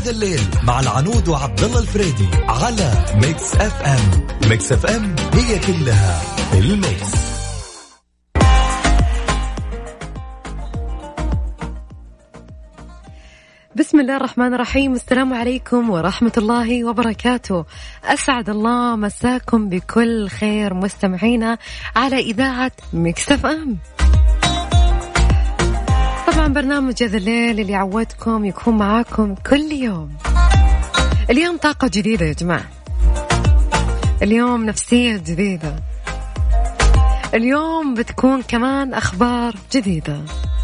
جذا الليل مع العنود وعبد الله الفريدي على ميكس اف ام. ميكس اف ام هي كلها الميكس. بسم الله الرحمن الرحيم. السلام عليكم ورحمة الله وبركاته. أسعد الله مساكم بكل خير مستمعينا على إذاعة ميكس اف ام. طبعا برنامج جذا الليل اللي عودكم يكون معاكم كل يوم. اليوم طاقة جديدة يا جماعة، اليوم نفسية جديدة، اليوم بتكون كمان أخبار جديدة.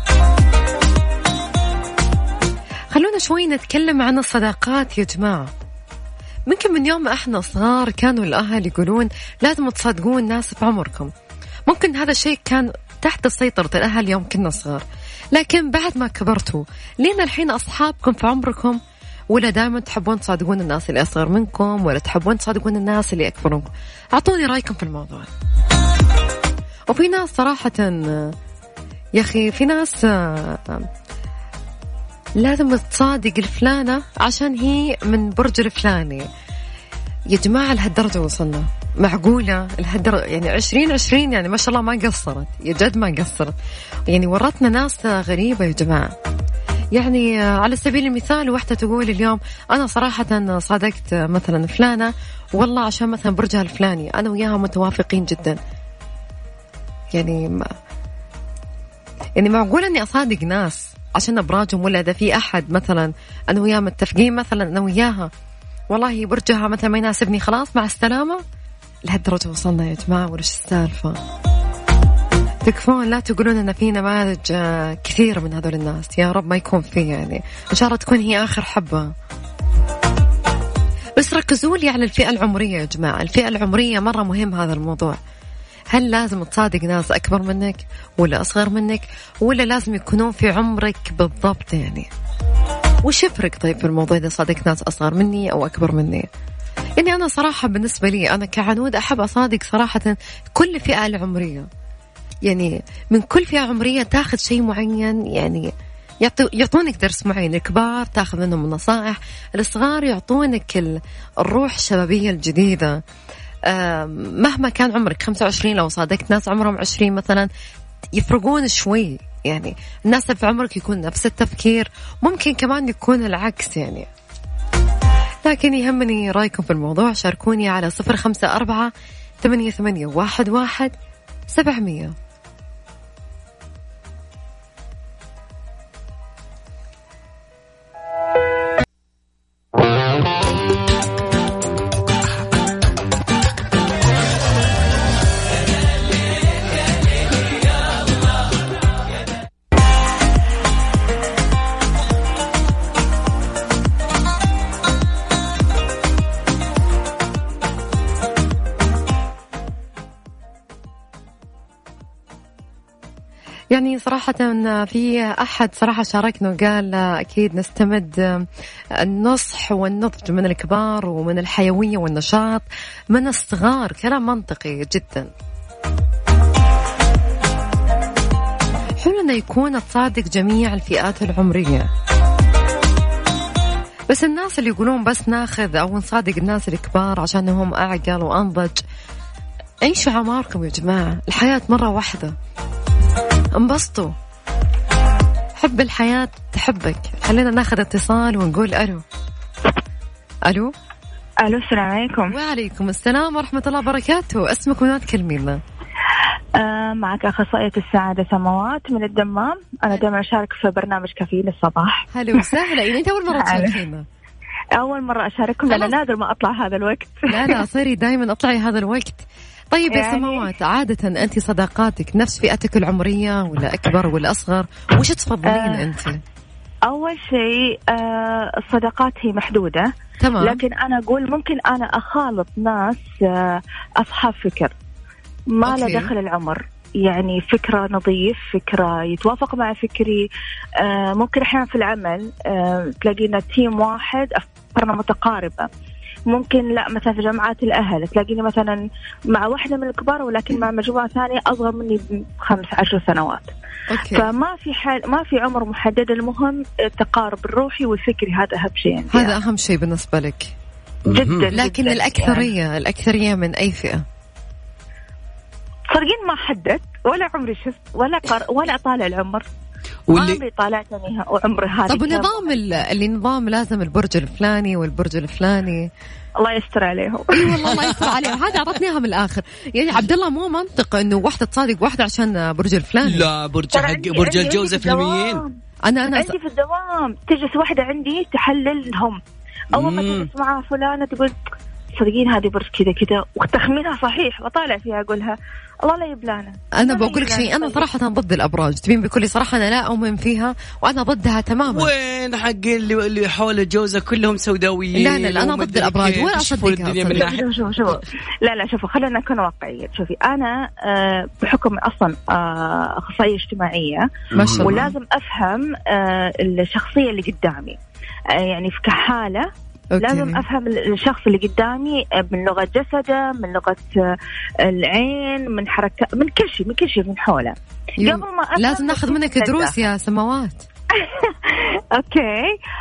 خلونا شوي نتكلم عن الصداقات يا جماعة. ممكن من يوم ما احنا صغار كانوا الأهل يقولون لازم تصادقون الناس بعمركم. ممكن هذا الشيء كان تحت سيطرة الأهل يوم كنا صغار، لكن بعد ما كبرتوا لين الحين أصحابكم في عمركم، ولا دائما تحبون تصادقون الناس اللي أصغر منكم ولا تحبون تصادقون الناس اللي أكبر منكم؟ أعطوني رأيكم في الموضوع. وفي ناس صراحة يا أخي، في ناس لازم تصادق الفلانة عشان هي من برج الفلاني. يا جماعة لهالدرجة وصلنا؟ معقولة لهالدرجة؟ يعني 2020 يعني ما شاء الله ما قصرت، يا جد ما قصرت. يعني ورتنا ناس غريبة يا جماعة. يعني على سبيل المثال واحدة تقول اليوم أنا صراحة صادقت مثلا فلانة والله عشان مثلا برجها الفلاني أنا وياها متوافقين جدا. يعني معقولة أني أصادق ناس عشان أبراجهم، ولا إذا في أحد مثلا أنا وياه متفقين مثلا أنا وياها والله برجها مثلا ما يناسبني خلاص مع السلامة؟ لهالدرجة وصلنا يا جماعة؟ ولا إيش السالفة؟ تكفون لا تقولون أن في نماذج كثير من هذول الناس، يا رب ما يكون فيه، يعني إن شاء الله تكون هي آخر حبة. بس ركزوا لي على الفئة العمرية يا جماعة. الفئة العمرية مرة مهم هذا الموضوع. هل لازم تصادق ناس أكبر منك ولا أصغر منك، ولا لازم يكونون في عمرك بالضبط؟ يعني وش يفرق طيب في الموضوع إذا صادق ناس أصغر مني أو أكبر مني؟ يعني أنا صراحة بالنسبة لي أنا كعنود أحب أصادق صراحة كل فئة العمرية. يعني من كل فئة عمرية تاخذ شيء معين، يعني يعطونك درس معين. الكبار تاخذ منهم النصائح، الصغار يعطونك الروح الشبابية الجديدة. مهما كان عمرك 25 لو صادقت ناس عمرهم 20 مثلا يفرقون شوي. يعني الناس في عمرك يكون نفس التفكير، ممكن كمان يكون العكس يعني. لكن يهمني رأيكم في الموضوع. شاركوني على 0548811700. يعني صراحة في أحد صراحة شاركنا وقال أكيد نستمد النصح والنضج من الكبار ومن الحيوية والنشاط من الصغار. كلام منطقي جدا. حلو أنه يكون تصادق جميع الفئات العمرية. بس الناس اللي يقولون بس ناخذ أو نصادق الناس الكبار عشانهم أعقل وأنضج، عيشوا عماركم يا جماعة. الحياة مرة واحدة، انبسطوا، حب الحياة تحبك. خلينا ناخذ اتصال ونقول ألو. ألو. ألو، السلام عليكم. وعليكم السلام ورحمة الله وبركاته. اسمك وين تكلمينا؟ معك أخصائية السعادة سماوات من الدمام. أنا دائما أشارك في برنامج كفيل الصباح. هلا وسهلا. يعني أنت أول مرة تشاركينا؟ أول مرة أشارككم لأن نادر ما أطلع هذا الوقت. لا صيري دائما أطلعي هذا الوقت. طيب يا سماوات، عادة أنت صداقاتك نفس فئتك العمرية ولا أكبر ولا أصغر؟ وش تفضلين أنت؟ أول شيء الصداقات هي محدودة. تمام. لكن أنا أقول ممكن أنا أخالط ناس أصحاب فكر ما له دخل العمر، يعني فكرة نظيف، فكرة يتوافق مع فكري. ممكن أحيانا في العمل تلاقينا تيم واحد أفكارنا متقاربة. ممكن لا مثلا في جامعات الأهل تلاقيني مثلا مع واحدة من الكبار ولكن مع مجموعة ثانية أصغر مني ب15 سنوات. فما في ما في عمر محدد. المهم التقارب الروحي والفكري، هذا أهم شيء عندي. هذا أهم شيء بالنسبة لك جدا. لكن جداً الأكثرية يعني. الأكثرية من أي فئة؟ صارقين ما حدد ولا عمري شفت ولا أطالع العمر. عمري طالعتني وعمري هذا. طب النظام اللي نظام لازم البرج الفلاني والبرج الفلاني، الله يستر عليهم. اي والله الله يستر عليهم. هذا عطتنيها من الاخر يعني. عبد الله مو منطق انه واحده تصادق واحده عشان برج الفلاني. لا برج الجوزة فيلميين. انا عندي في الدوام تجلس واحده عندي تحللهم. اول ما تجلس معها فلانه تقول صدقين هذه برج كذا وتخمينها صحيح، وطالع فيها أقولها الله لا يبلانا. أنا بقول لك شيء، أنا صراحة ضد الأبراج. تبين بكل صراحة أنا لا أؤمن فيها وأنا ضدها تماما. وين حق اللي حول الجوزة كلهم سوداويين؟ لا أنا ضد الأبراج ولا أصدقها. شوفوا لا شوفوا خلينا نكون واقعية. شوفي أنا بحكم أصلا أخصائية اجتماعية ولازم أفهم الشخصية اللي قدامي يعني في كحالة. لازم أفهم الشخص اللي قدامي من لغة جسده، من لغة العين، من حركة، من كل شيء من حوله. قبل ما أفهم لازم ناخذ منك دروس يا سماوات. أوكي.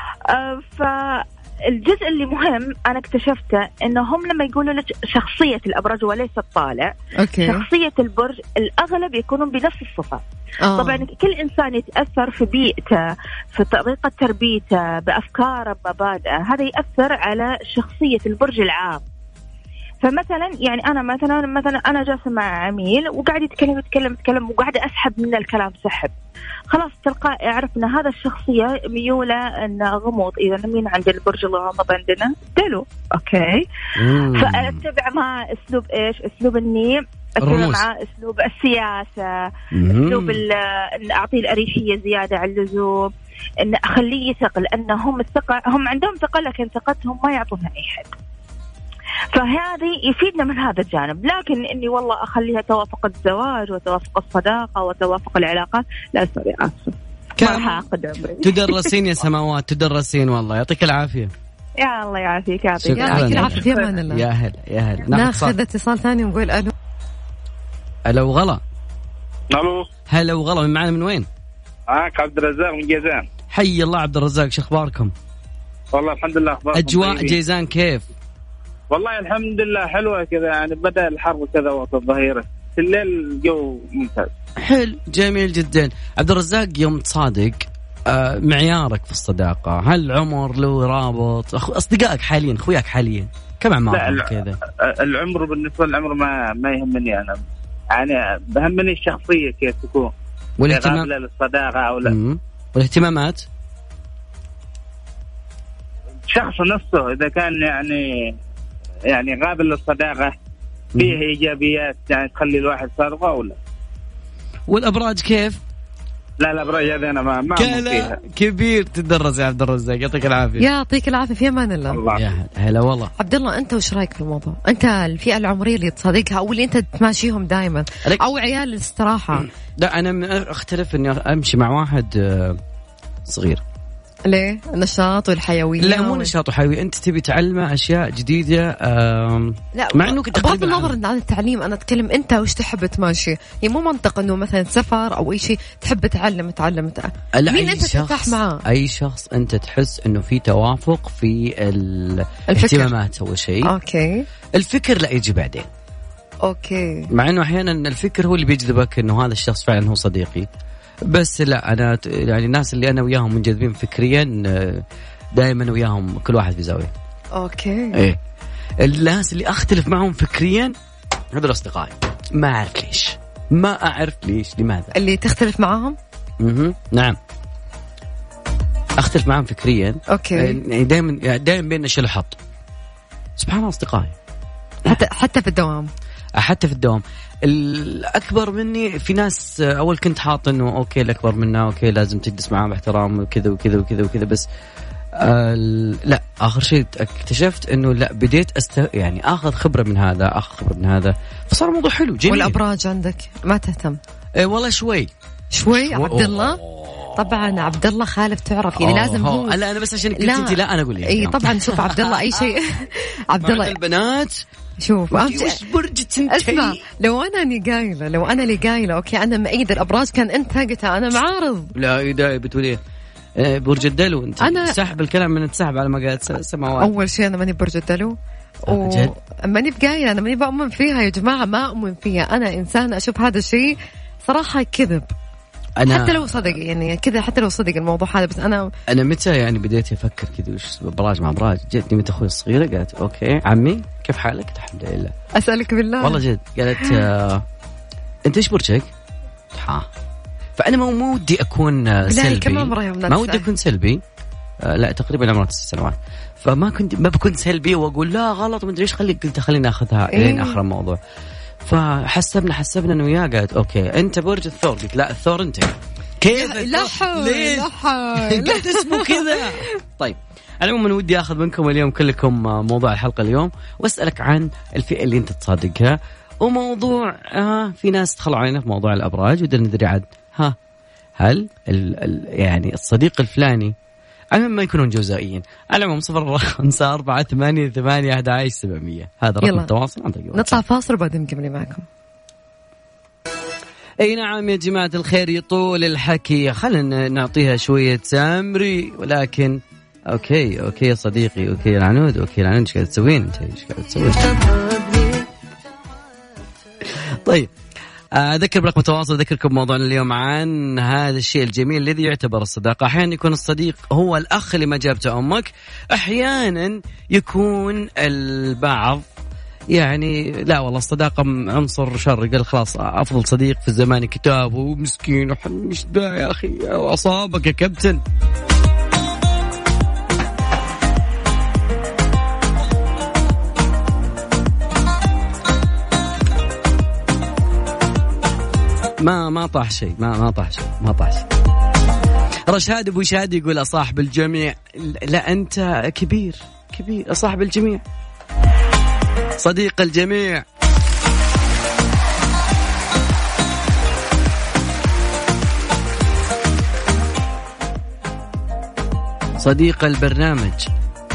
فالجزء اللي مهم أنا اكتشفته إنه هم لما يقولوا لك شخصية الأبراج وليس الطالع، شخصية البرج الأغلب يكونون بنفس الصفة. طبعا كل إنسان يتأثر في بيئته، في طريقة تربيته، بأفكاره، بمبادئه، هذا يأثر على شخصية البرج العام. فمثلا يعني أنا مثلا أنا جالسة مع عميل وقاعد يتكلم وقاعد أسحب من الكلام سحب، خلاص تلقائي أعرف أن هذا الشخصية ميولة أن غموض. إذا مين عند البرج الغامض عندنا دلو. أوكي. فأتبع مع أسلوب إيش؟ أسلوب النيم، أتبع مع أسلوب السياسة، أسلوب أن أعطيه الأريحية زيادة عن اللزوم، أن أخليه يثق، لأن هم عندهم ثقة لكن ثقتهم ما يعطونها أي حد. فهذه يفيدنا من هذا الجانب. لكن إني والله أخليها توافق الزواج وتوافق الصداقة وتوافق العلاقات، لا سوري آسف ما راح أعقد عمري. تدرسين يا سماوات، تدرسين والله. يعطيك العافية. يا الله يعافيك. يعطيك العافية. في أمان الله. يا هلا. ناخذ اتصال ثاني ونقول ألو. ألو غلا. ألو. هلا وغلا. من معنا من وين؟ عبد الرزاق من جيزان. حي الله عبد الرزاق، شو أخباركم؟ والله الحمد لله. أخباركم أجواء جيزان كيف؟ والله الحمد لله حلوة كذا يعني. بدأ الحر كذا وقت الظهيرة، في الليل الجو ممتاز. حلو جميل جدا. عبد الرزاق يوم تصادق معيارك في الصداقة، هل العمر له رابط؟ أصدقائك حاليا، خوياك حاليا كم عمرهم كذا؟ العمر بالنسبة للعمر ما يهمني أنا، يعني بهمني الشخصية كيف تكون، والاهتمام للصداقة أو لا. والاهتمامات شخص نفسه إذا كان يعني قابل للصداقة، فيه إيجابيات يعني تخلي الواحد صادقة أو لا. والأبراج كيف؟ لا الأبراج هذه أنا ما فيها. كبير تدرس يا عبد الرزاق. يعطيك العافية. يعطيك العافية. في أمان الله. يا هلا والله. عبد الله أنت وش رأيك في الموضوع؟ أنت الفئة العمرية اللي تصادقها أو اللي أنت تماشيهم دائما أو عيال الاستراحة؟ لا أنا أختلف إني أمشي مع واحد صغير. ليه؟ النشاط والحيوية؟ لا مو نشاط وحيوية، أنت تبي تعلمه أشياء جديدة. لا مع إنه بغض النظر عن التعليم، أنا أتكلم أنت وش تحب تماشي. يعني مو منطق إنه مثلا سفر أو أي شيء تحب تعلم. مين أنت ترتاح معاه؟ أي شخص أنت تحس إنه في توافق في الاهتمامات أول شيء. أوكي. الفكر لا يجي بعدين. أوكي. مع إنه أحيانا الفكر هو اللي بيجذبك إنه هذا الشخص فعلا هو صديقي. بس لا أنا يعني الناس اللي أنا وياهم منجذبين فكريا دائما وياهم كل واحد في زاوية. أوكي. إيه. الناس اللي أختلف معهم فكريا هذول أصدقائي. ما أعرف ليش لماذا اللي تختلف معهم. نعم أختلف معهم فكريا. أوكي. يعني دائما بيننا شل حط. سبحان الله أصدقائي. حتى في الدوام. حتى في الدوام. الأكبر مني في ناس أول كنت حاط إنه أوكي الأكبر منا أوكي لازم تجلس معاه باحترام وكذا وكذا وكذا وكذا، بس لا آخر شيء اكتشفت إنه لا بديت يعني آخذ خبرة من هذا فصار الموضوع حلو جميل. والأبراج عندك ما تهتم؟ والله شوي عبد الله. طبعا عبد الله خالف تعرف يعني لازم هو. لا أنا بس عشان كنت لا أنا أقول يعني. طبعا شوف عبد الله أي شيء. عبد الله البنات شوف وش برج تنتهي؟ اسمع، لو أنا اللي قايلة أوكي أنا مأيد الأبراج، كان أنت قلتها أنا معارض. لا إيه بتقولي برج الدلو أنت. أنا سحب الكلام من السحب على ما قالت سماوات. أول شيء أنا ماني برج الدلو، ماني بقايلة، أنا ماني بأؤمن فيها يا جماعة، ما أؤمن فيها. أنا إنسان أشوف هذا الشيء صراحة كذب، حتى لو صدق يعني كذا، حتى لو صدق الموضوع هذا. بس أنا متى يعني بديت أفكر كذا وش براج مع براج، جتني متى أخوي الصغيرة قالت أوكي عمي كيف حالك؟ الحمد لله. أسألك بالله والله جد. قالت أنت إيش برجك؟ فأنا ما ودي أكون سلبي، ما ودي أكون سلبي. لا تقريبا عمرها 9 سنوات، فما بكون سلبي وأقول لا غلط ومدري إيش. قلت خلينا أخذها لين آخر الموضوع. فحسبنا أنا وياه. قالت أوكي أنت برج الثور. قلت لا الثور أنت. كيف؟ ليه؟ قلت اسمه كذا. طيب أنا عموما ودي أخذ منكم اليوم كلكم موضوع الحلقة اليوم، وأسألك عن الفئة اللي أنت تصادقها، وموضوع في ناس دخلوا علينا في موضوع الأبراج ودنا ندري عاد هل يعني الصديق الفلاني المهم ما يكونون جزائيين. على العموم 0548811700 هذا رقم التواصل. نطلع فاصل وبعدين نكمل معكم. اي نعم يا جماعة الخير، يطول الحكي، خلينا نعطيها شوية سامري. ولكن اوكي يا صديقي، اوكي يا العنود، اوكي يا العنود، ايش قاعد تسوين انت؟ ايش قاعد تسوين؟ طيب أذكر برقم التواصل، أذكركم موضوعنا اليوم عن هذا الشيء الجميل الذي يعتبر الصداقة. أحيانا يكون الصديق هو الأخ اللي ما جابته أمك، أحيانا يكون البعض يعني لا والله الصداقة عنصر شر، قال خلاص أفضل صديق في الزمان كتابه ومسكين ومش دا يا أخي وأصابك يا كابتن. ما طاح شيء، ما طاح شيء. رشاد أبو شاد يقول أصاحب الجميع. لا أنت كبير أصاحب الجميع، صديق الجميع. صديق البرنامج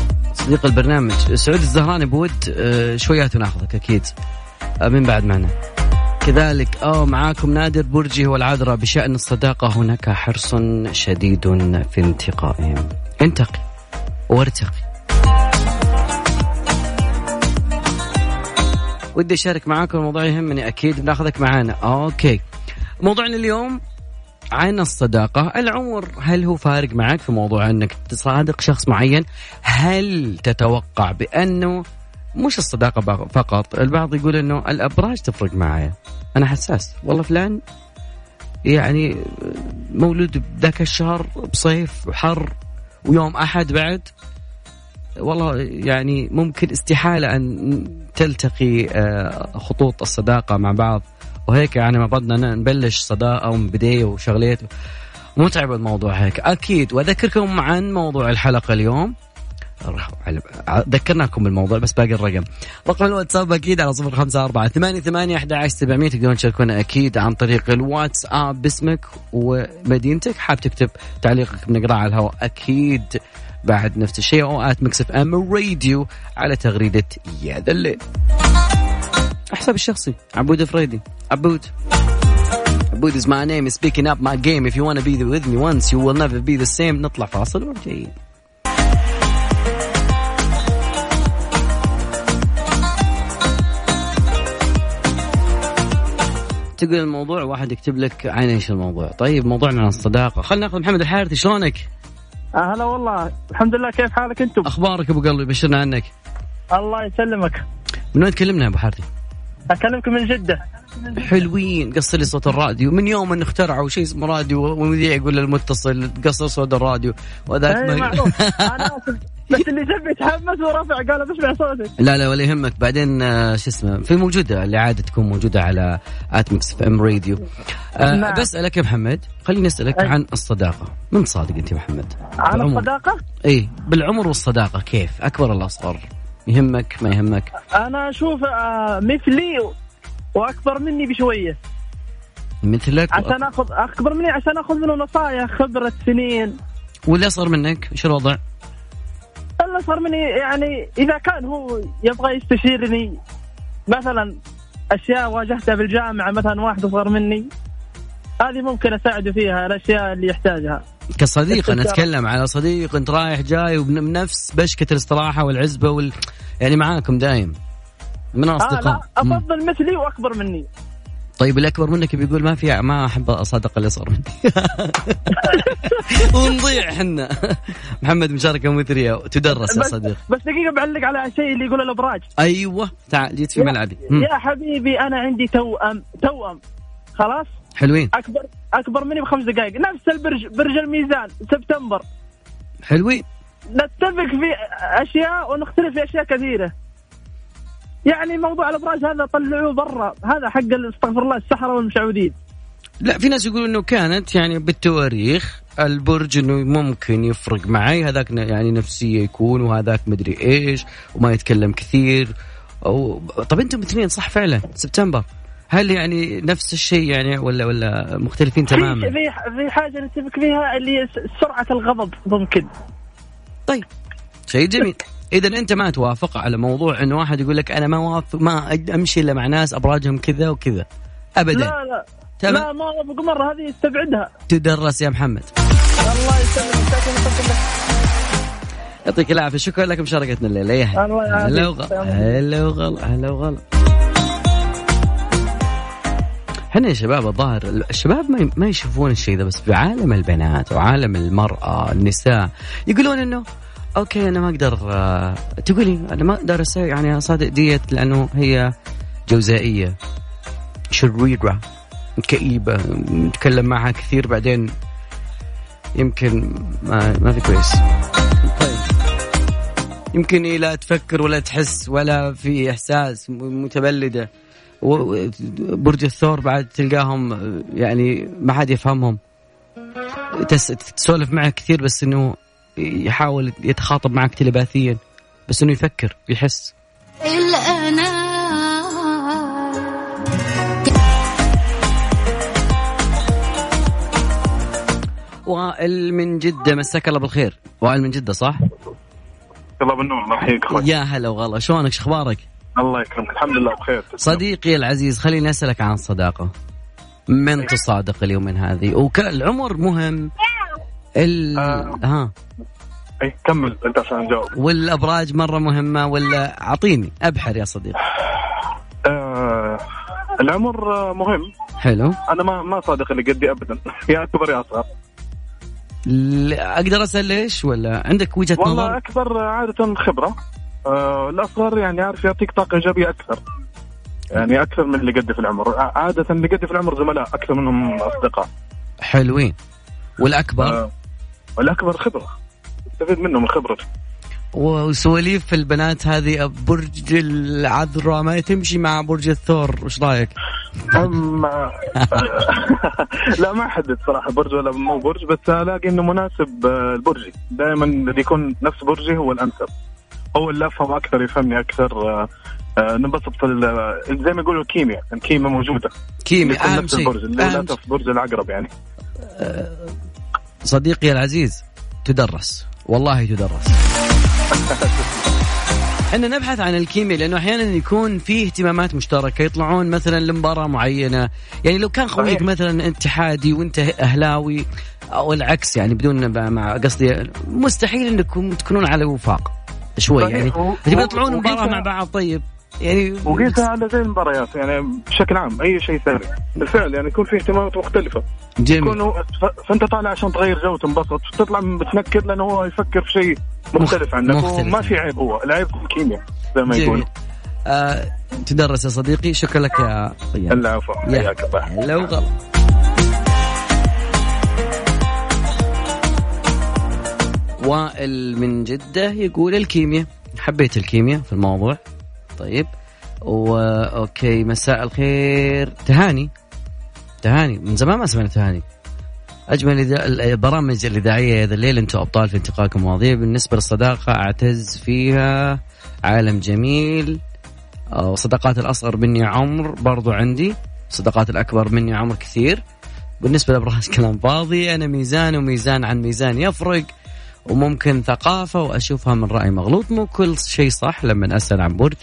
سعود الزهراني بود شويات وناخذك أكيد من بعد معنا كذلك. معاكم نادر برجي هو العذراء. بشأن الصداقة هناك حرص شديد في انتقائهم. انتقي وارتقي. ودي أشارك معاكم الموضوع يهمني أكيد، بناخذك معانا. أوكي موضوعنا اليوم عن الصداقة. العمر هل هو فارق معك في موضوع أنك تصادق شخص معين؟ هل تتوقع بأنه مش الصداقة فقط؟ البعض يقول أنه الأبراج تفرق معايا، أنا حساس والله فلان يعني مولود ذاك الشهر بصيف حر ويوم أحد بعد، والله يعني ممكن استحالة أن تلتقي خطوط الصداقة مع بعض، وهيك يعني ما بدنا نبلش صداقة ومن بداية وشغلات متعب الموضوع هيك أكيد. وأذكركم عن موضوع الحلقة اليوم، ذكرناكم بالموضوع بس باقي الرقم. رقم الواتساب أكيد على 0548811700. تقدرون تشاركونا أكيد عن طريق الواتساب باسمك ومدينتك، حاب تكتب تعليقك بنقرأ على الهواء أكيد بعد نفس الشيء، أو @mix FM راديو على تغريدة يا ذا الليل. حساب الشخصي عبود فريدي. عبود is my name is speaking up my game if you want to be with me once you will never be the same. نطلع فاصل ورجعين. تقول الموضوع واحد يكتب لك عن ايش الموضوع. طيب موضوعنا عن الصداقة. خلنا ناخذ محمد الحارثي. شلونك؟ هلا والله الحمد لله. كيف حالك انتم؟ اخبارك ابو قلبي؟ بشرنا عنك. الله يسلمك. من وين تكلمنا يا ابو حارثي؟ اكلمك من جدة. حلوين. قصر لي صوت الراديو. من يوم ان اخترعوا شيء اسمه راديو والمذيع يقول للمتصل قصر صوت الراديو وذاك انا اسف بس اللي جنبي تحمس ورفع قال بسمع صوتك. لا ولا يهمك. بعدين شو اسمه في موجودة اللي عادة تكون موجودة على @mix FM راديو. بسألك يا محمد، خليني أسألك عن الصداقة. من صادق أنت محمد؟ عن الصداقة؟ إيه بالعمر والصداقة كيف؟ أكبر ولا أصغر؟ يهمك ما يهمك؟ أنا أشوف مثلي وأكبر مني بشوية. مثلك عشان أكبر مني عشان أخذ منه نصايح خبرة سنين. واللي أصغر منك إيش الوضع؟ اللي صار مني يعني إذا كان هو يبغى يستشيرني مثلا أشياء واجهتها بالجامعة، مثلا واحد أصغر مني، هذه ممكن أساعده فيها الأشياء اللي يحتاجها كصديق. أنا أتكلم على صديق أنت رايح جاي وبنفس بشكة الاستراحة والعزبة يعني معاكم دايم من الأصدقاء. لا أفضل مثلي وأكبر مني. طيب الأكبر منك بيقول ما أحب أصادق اللي أصغر مني ونضيع حنا. محمد مشاركة مثرية تدرس يا صديق. بس دقيقة بعلق على شيء اللي يقول الأبراج. أيوة تعال جيت في ملعبي. يا حبيبي أنا عندي توأم خلاص حلوين أكبر مني ب5 دقائق، نفس البرج، برج الميزان، سبتمبر. حلوين. نتفق في أشياء ونختلف في أشياء كثيرة. يعني موضوع الأبراج هذا طلعوه برا، هذا حق استغفر الله السحرة والمشعوذين. لا في ناس يقولون إنه كانت يعني بالتواريخ البرج إنه ممكن يفرق معي، هذاك يعني نفسية يكون وهذاك مدري إيش وما يتكلم كثير. طب أنتم الاثنين صح فعلا سبتمبر، هل يعني نفس الشيء يعني ولا مختلفين تماما؟ في حاجة نتفق فيها اللي سرعة الغضب ممكن. طيب شيء جميل. إذا أنت ما توافق على موضوع إنه واحد يقول لك أنا ما أمشي إلا مع ناس أبراجهم كذا وكذا أبدا. لا تمام. لا ما أوافق مرة، هذه استبعدها. تدرس يا محمد. الله يسلمك. يعطيك العافية، شكرا لك مشاركتنا الليلة. يا هلا وغلا. احنا يا شباب الظاهر الشباب ما يشوفون الشيء ذا، بس في عالم البنات وعالم المرأة النساء يقولون إنه أوكي أنا ما أقدر تقولي أنا ما أقدر يعني أصادق ديت لأنه هي جوزائية شريرة كئيبة نتكلم معها كثير بعدين يمكن ما في كويس. طيب يمكن لا تفكر ولا تحس ولا في إحساس، متبلدة. برج الثور بعد تلقاهم يعني ما حد يفهمهم، تسولف معه كثير بس إنه يحاول يتخاطب معك تلباثيا بس إنه يفكر يحس. وائل من جدة، مساك الله بالخير. وائل من جدة صح؟ الله بالنور، الله يحييك اخوي. يا هلا وغلا، شلونك شخبارك؟ الله يكرمك الحمد لله بخير. صديقي العزيز خليني أسألك عن الصداقة، من تصادق اليوم من هذه؟ والعمر مهم اي كمل انت عشان نجاوب. والأبراج مرة مهمة ولا أعطيني أبحر يا صديقي. العمر مهم. حلو. أنا ما صادق اللي قدي أبدا، يا أكبر يا أصغر. أقدر أسأل ليش ولا عندك وجهة نظر؟ والله أكبر عادة خبرة، الأصغر يعني عارف يعطيك طاقة إيجابية أكثر، يعني أكثر من اللي قدي في العمر. عادة اللي قدي في العمر زملاء أكثر منهم أصدقاء. حلوين. والأكبر؟ والأكبر خبرة، تستفيد منه من خبرته. وسواليف في البنات هذه برج العذراء ما تمشي مع برج الثور، وش رايك؟ لا ما أحدد صراحة برج ولا مو برج، بس ألاقي إنه مناسب البرجي دائما اللي يكون نفس برجي هو الأنسب، هو اللي أفهم أكثر يفهمني أكثر. نبسط زي ما يقولوا الكيمياء موجودة. كيمياء أهم شيء. للأسف برج العقرب يعني. صديقي العزيز تدرس، والله تدرس. احنا نبحث عن الكيمياء لأنه أحيانا يكون فيه اهتمامات مشتركة، يطلعون مثلا لمباراة معينة. يعني لو كان خويك مثلا اتحادي وانت أهلاوي أو العكس، يعني بدون مع قصدي مستحيل انكم تكونون على وفاق شوي. يعني تبي تطلعون مباراة مع بعض. طيب يعني وقيتها على زي المباريات يعني بشكل عام أي شيء ثاني بالفعل، يعني يكون فيه اهتمامات مختلفة. جميل. فأنت طالع عشان تغير جو تنبسط، تطلع بتنكد لأنه هو يفكر في شيء مختلف عنك وما في عيب، هو العيب الكيمياء زي ما يقول. تدرس يا صديقي، شكرا لك يا طيب. العفو، حياك الله. لو غلط وائل من جدة يقول الكيمياء، حبيت الكيمياء في الموضوع. طيب أوكي، مساء الخير. تهاني من زمان ما سمعنا تهاني. أجمل البرامج الإذاعية هذا الليل، أنتم أبطال في انتقاءكم مواضيع. بالنسبة للصداقة أعتز فيها، عالم جميل. وصداقات الأصغر مني عمر برضو عندي، صداقات الأكبر مني عمر كثير. بالنسبة لأبراج كلام فاضي، أنا ميزان وميزان عن ميزان يفرق، وممكن ثقافة وأشوفها من رأي مغلوط. مو كل شيء صح لما أسأل عن برج،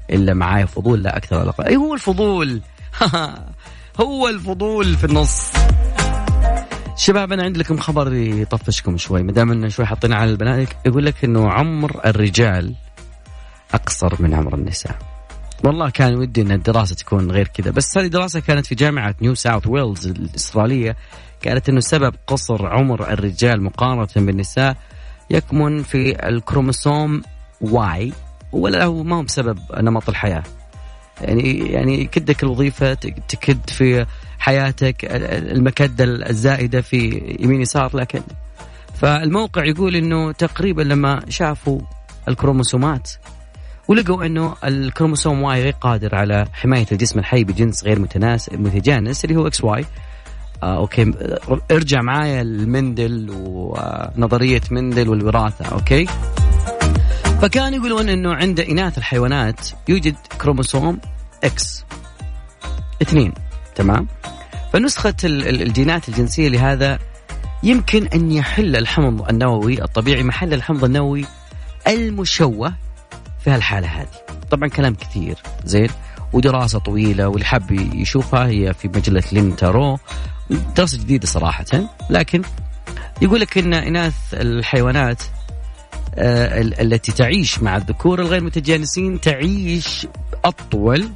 إلا معايا فضول لا أكثر ولا أقل. أي هو الفضول هو الفضول في النص. شباب أنا عندي لكم خبر يطفشكم شوي، مدام أنه شوي حاطين على البنات. يقول لك أنه عمر الرجال أقصر من عمر النساء. والله كان ودي أن الدراسة تكون غير كذا، بس هذه دراسة كانت في جامعة نيو ساوث ويلز الإسترالية، قالت أنه سبب قصر عمر الرجال مقارنة بالنساء يكمن في الكروموسوم واي، ولا هو ما هو بسبب نمط الحياة. يعني كدك الوظيفة تكد في حياتك المكدة الزائدة في يمين يسار. لكن فالموقع يقول إنه تقريبا لما شافوا الكروموسومات ولقوا إنه الكروموسوم واي غير قادر على حماية الجسم الحي بجنس غير متجانس اللي هو اكس واي. أوكي ارجع معايا المندل ونظرية مندل والوراثة. أوكي فكان يقولون إنه عند إناث الحيوانات يوجد كروموسوم X 2 تمام. فنسخة الجينات الجنسية لهذا يمكن أن يحل الحمض النووي الطبيعي محل الحمض النووي المشوه في هالحالة هذه. طبعا كلام كثير زين ودراسة طويلة، واللي حاب يشوفها هي في مجلة لينتارو، دراسة جديدة صراحة. لكن يقول لك إن إناث الحيوانات التي تعيش مع الذكور الغير متجانسين تعيش أطول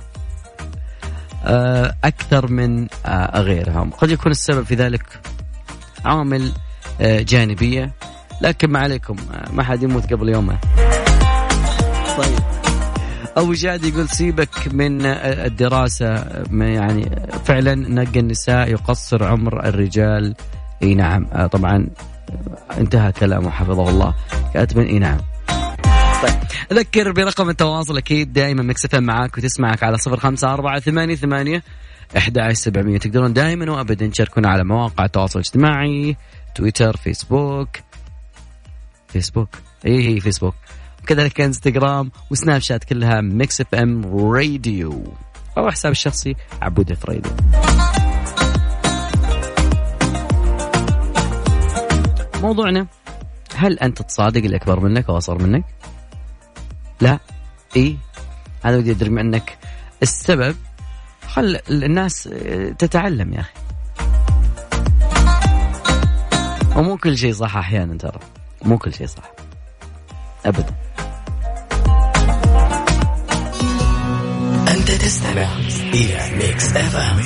أكثر من غيرهم. قد يكون السبب في ذلك عوامل جانبية، لكن ما عليكم ما حد يموت قبل يومه. طيب أبو جاد يقول سيبك من الدراسة، يعني فعلا نقى النساء يقصر عمر الرجال. اي نعم طبعا انتهى كلامه حفظه الله، كاتب اي نعم. طيب أذكر برقم التواصل أكيد دائما ميكس اف ام معاك وتسمعك على 0548811700. تقدرون دائما وأبدا تشاركونا على مواقع التواصل الاجتماعي، تويتر، فيسبوك هي فيسبوك، وكذلك انستغرام وسناب شات، كلها ميكس اف ام راديو، أو حساب الشخصي عبود فريدي. موضوعنا هل أنت تصادق اللي أكبر منك أو أصغر منك؟ لا إيه هذا ودي أدري منك السبب. خل الناس تتعلم يا أخي، ومو كل شيء صح أحيانا، ترى مو كل شيء صح أبدا. أنت تستمع إلى ميكس اف ام.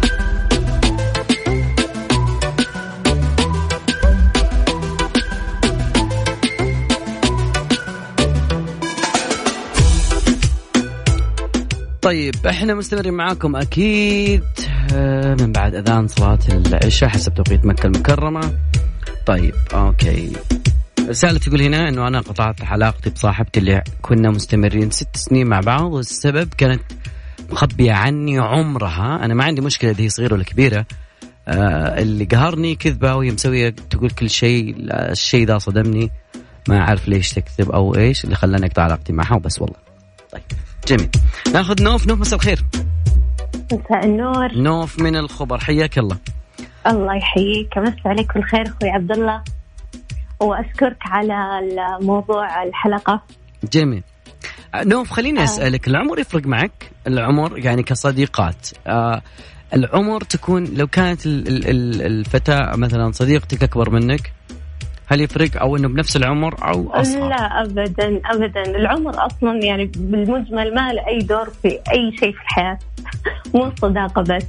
طيب احنا مستمرين معاكم اكيد من بعد اذان صلاة العشاء حسب توقيت مكة المكرمة. طيب اوكي، رسالة تقول هنا انه انا قطعت علاقتي بصاحبتي اللي كنا مستمرين 6 سنين مع بعض، والسبب كانت مخبية عني عمرها. انا ما عندي مشكلة دي صغيرة ولا كبيرة، اللي قهرني كذبة وهي مسوية تقول كل شيء، الشيء ذا صدمني، ما أعرف ليش تكذب أو إيش اللي خلاني أقطع علاقتي معها وبس والله. طيب جميل، ناخذ نوف. مساء الخير. مساء النور. نوف من الخبر، حياك الله. الله يحييك، مساء عليك بالخير أخوي عبد الله، وأشكرك على الموضوع الحلقة. جميل. نوف خليني أسألك، العمر يفرق معك؟ العمر يعني كصديقات، العمر تكون لو كانت الفتاة مثلا صديقتك أكبر منك، هل يفرق أو إنه بنفس العمر أو أصغر؟ لا أبدا أبدا، العمر أصلا يعني بالمجمل ما له أي دور في أي شيء في الحياة، مو الصداقة بس.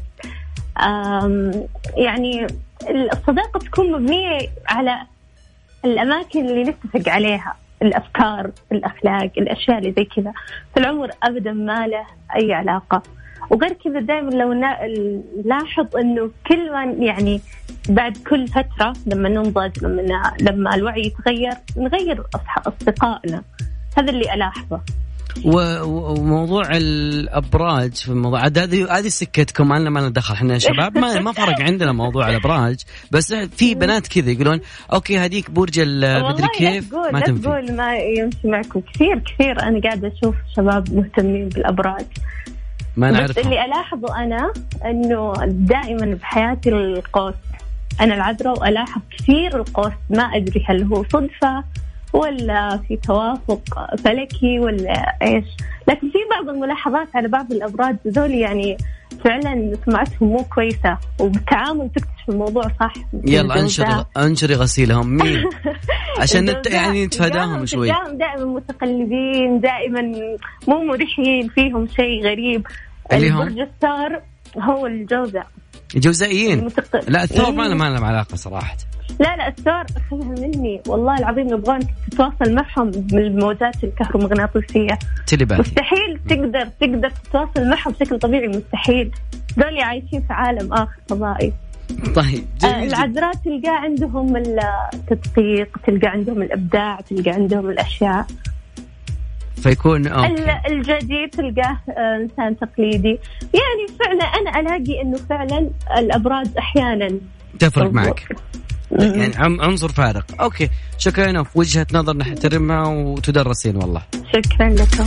يعني الصداقة تكون مبنية على الأماكن اللي نتفق عليها، الأفكار، الأخلاق، الأشياء اللي زي كذا. فالعمر أبدا ما له أي علاقة. وغير كذا دائما لو نلاحظ أنه كل ما يعني بعد كل فترة لما ننضج، لما الوعي يتغير، نغير أصدقائنا. هذا اللي ألاحظه. وموضوع الأبراج في الموضوع هذه سكتكم، أنا ما ندخل، إحنا شباب ما فرق عندنا موضوع الأبراج، بس في بنات كذا يقولون أوكي هذيك برج المدري كيف، ما تقول ما يمشي معكم. كثير أنا قاعدة أشوف شباب مهتمين بالأبراج، ما نعرف. بس اللي ألاحظه أنا أنه دائما بحياتي القوس، أنا العذراء، وألاحظ كثير القوس. ما أدري هل هو صدفة ولا في توافق فلكي ولا إيش. لكن في بعض الملاحظات على بعض الأبراج ذول يعني فعلا سمعتهم مو كويسة، وبالتعامل تكتشف الموضوع صح. يلا انشري غسيلهم مين عشان يعني نتفاداهم شوي. دائما متقلبين، دائما مو مريحين، فيهم شيء غريب. البرج الثور هو الجوزائيين. لا الثور ما لهم علاقة صراحة. لا الثور خذها مني والله العظيم، يبغون تتواصل معهم بالموجات الكهرومغناطيسية. مستحيل تقدر تتواصل معهم بشكل طبيعي، مستحيل. دول عايشين في عالم آخر فضائي. طيب العذراء تلقى عندهم التدقيق، تلقى عندهم الإبداع، تلقى عندهم الأشياء. فيكون الجديد تلقاه إنسان تقليدي. يعني فعلا أنا ألاقي إنه فعلا الأبراج أحيانا تفرق معك، يعني عنصر فارق. أوكي شكرا لك، وجهة نظر نحترمها وتدرسين والله. شكرا لكم.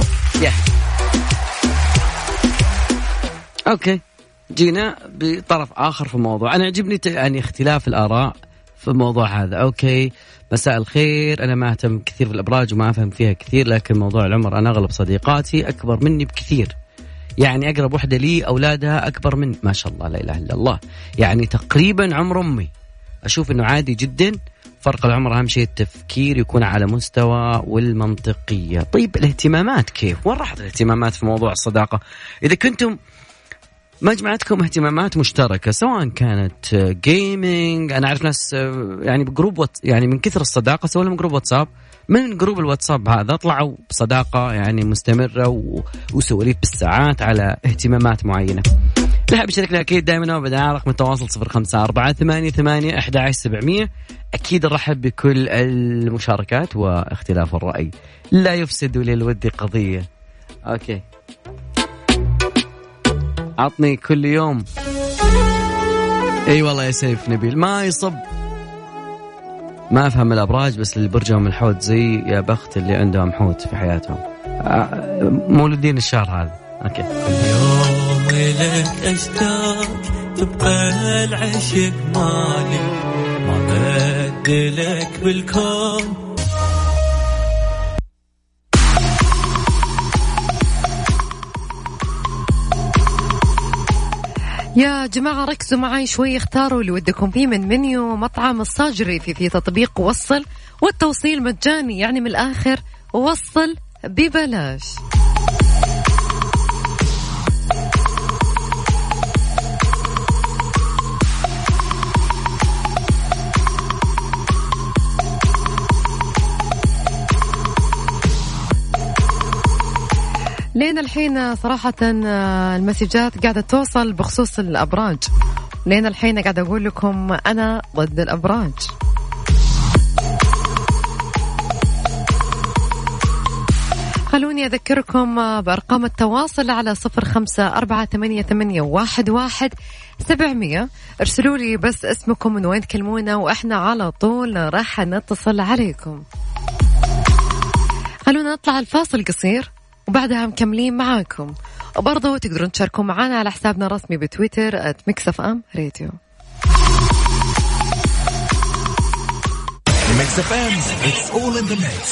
أوكي جينا بطرف آخر في الموضوع. أنا عجبني يعني اختلاف الآراء في الموضوع هذا. أوكي مساء الخير، أنا ما أهتم كثير في الأبراج وما أفهم فيها كثير، لكن موضوع العمر أنا أغلب صديقاتي أكبر مني بكثير، يعني أقرب وحدة لي أولادها أكبر من ما شاء الله لا إله إلا الله، يعني تقريبا عمر أمي. أشوف إنه عادي جدا، فرق العمر أهم شيء التفكير يكون على مستوى والمنطقية. طيب الاهتمامات كيف؟ وين راحت الاهتمامات في موضوع الصداقة؟ إذا كنتم ما جمعتكم اهتمامات مشتركة، سواء كانت جيمينج، أنا أعرف ناس يعني بجروب يعني من كثر الصداقة سووا لهم جروب واتساب، من جروب الواتساب هذا طلعوا بصداقة يعني مستمرة وسواليف بالساعات على اهتمامات معينة. اللي حاب يشاركنا أكيد دائما وبدأ رقم التواصل 0548811700. أكيد نرحب بكل المشاركات واختلاف الرأي لا يفسد للود قضية. أوكي عطني كل يوم. اي والله يا سيف نبيل ما يصب، ما افهم الابراج بس اللي برجهم الحوت زي يا بخت اللي عندهم حوت في حياتهم. مولودين الشهر هذا. اوكي اليوم لك اشتاق تبقى العشق مالي، ما بدلك بالكون. يا جماعة ركزوا معي شوي، اختاروا اللي ودكم فيه من منيو مطعم الصاجري في تطبيق وصل، والتوصيل مجاني، يعني من الآخر وصل ببلاش. لين الحين صراحة المسجات قاعدة توصل بخصوص الأبراج، لين الحين قاعدة أقول لكم أنا ضد الأبراج. خلوني أذكركم بأرقام التواصل على 0548811700. ارسلوا لي بس اسمكم من وين تكلمونا وإحنا على طول راح نتصل عليكم. خلونا نطلع الفاصل قصير وبعدها مكملين معاكم، وبرضه تقدرون تشاركوا معنا على حسابنا الرسمي بتويتر @mixfm_radio. Mix FM, it's all in the mix.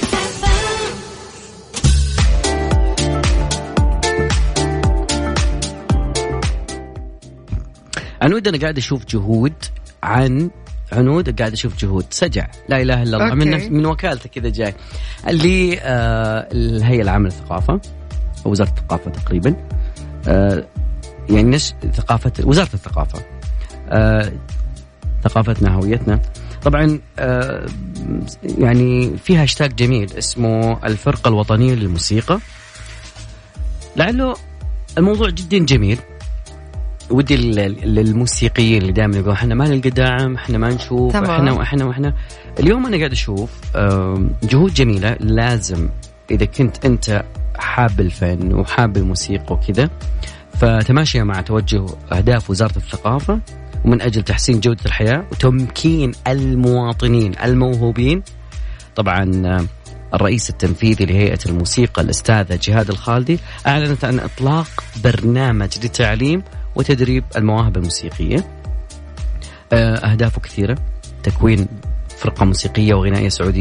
عنود أنا قاعد أشوف جهود عنود قاعد أشوف جهود سجع لا إله إلا الله من وكالته كذا جاي اللي الهيئة العامة للثقافة، وزارة الثقافة تقريبا، يعني ثقافة وزارة الثقافة، ثقافتنا هويتنا. طبعا يعني فيها هاشتاج جميل اسمه الفرقة الوطنية للموسيقى. لعله الموضوع جدا جميل، ودي للموسيقيين اللي دائما يقولوا احنا ما نلقى دعم، احنا ما نشوف، احنا اليوم انا قاعد اشوف جهود جميلة. لازم اذا كنت انت حاب الفن وحاب الموسيقى وكذا، فتماشي مع توجه اهداف وزارة الثقافة، ومن اجل تحسين جودة الحياة وتمكين المواطنين الموهوبين. طبعا الرئيس التنفيذي لهيئة الموسيقى الأستاذة جهاد الخالدي أعلنت عن إطلاق برنامج لتعليم وتدريب المواهب الموسيقية. أهدافه كثيرة: تكوين فرقة موسيقية وغنائية سعودية،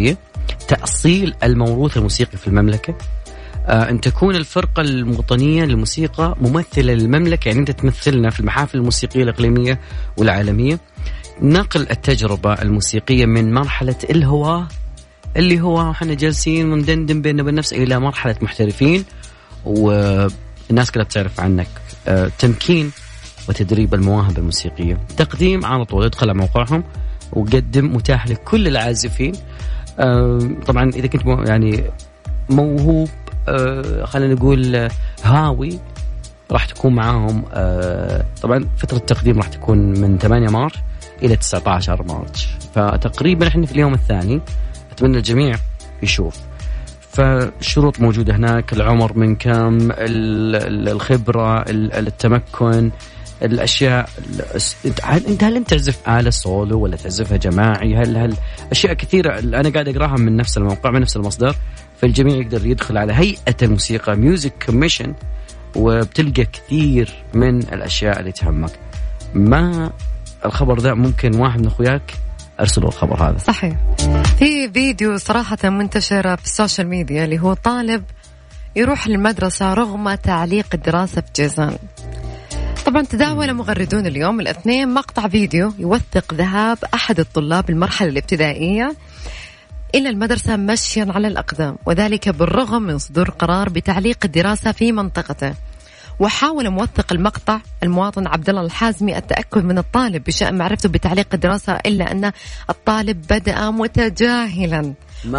تأصيل الموروث الموسيقي في المملكة، أن تكون الفرقة الوطنية للموسيقى ممثلة للمملكة، يعني أنت تمثلنا في المحافل الموسيقية الإقليمية والعالمية. نقل التجربة الموسيقية من مرحلة الهواة اللي هو احنا جالسين وندندن بيننا وبين نفس إلى مرحلة محترفين والناس كلها بتعرف عنك. تمكين وتدريب المواهب الموسيقية، تقديم على طول، ادخل على موقعهم وقدم متاح لكل العازفين. طبعا إذا كنت يعني موهوب خلينا نقول هاوي راح تكون معاهم. طبعا فترة التقديم راح تكون من 8 مارس إلى 19 مارس، فتقريبا احنا في اليوم الثاني. أتمنى الجميع يشوف. فالشروط موجودة هناك، العمر من كم، الخبرة، التمكن، الأشياء. هل أنت تعزف آلة سولو ولا تعزفها جماعي؟ هل أشياء كثيرة أنا قاعد أقراها من نفس الموقع من نفس المصدر، فالجميع يقدر يدخل على هيئة الموسيقى ميوزك كوميشن وبتلقى كثير من الأشياء اللي تهمك. ما الخبر ذا ممكن واحد من أخوياك أرسلوا الخبر هذا. صحيح. في فيديو صراحة منتشر في السوشيال ميديا اللي هو طالب يروح للمدرسة رغم تعليق الدراسة في جيزان. طبعا تداول مغردون اليوم الاثنين مقطع فيديو يوثق ذهاب أحد الطلاب المرحلة الابتدائية إلى المدرسة مشيا على الأقدام، وذلك بالرغم من صدور قرار بتعليق الدراسة في منطقته. وحاول موثق المقطع المواطن عبد الله الحازمي التأكد من الطالب بشأن معرفته بتعليق الدراسة، إلا أن الطالب بدأ متجاهلا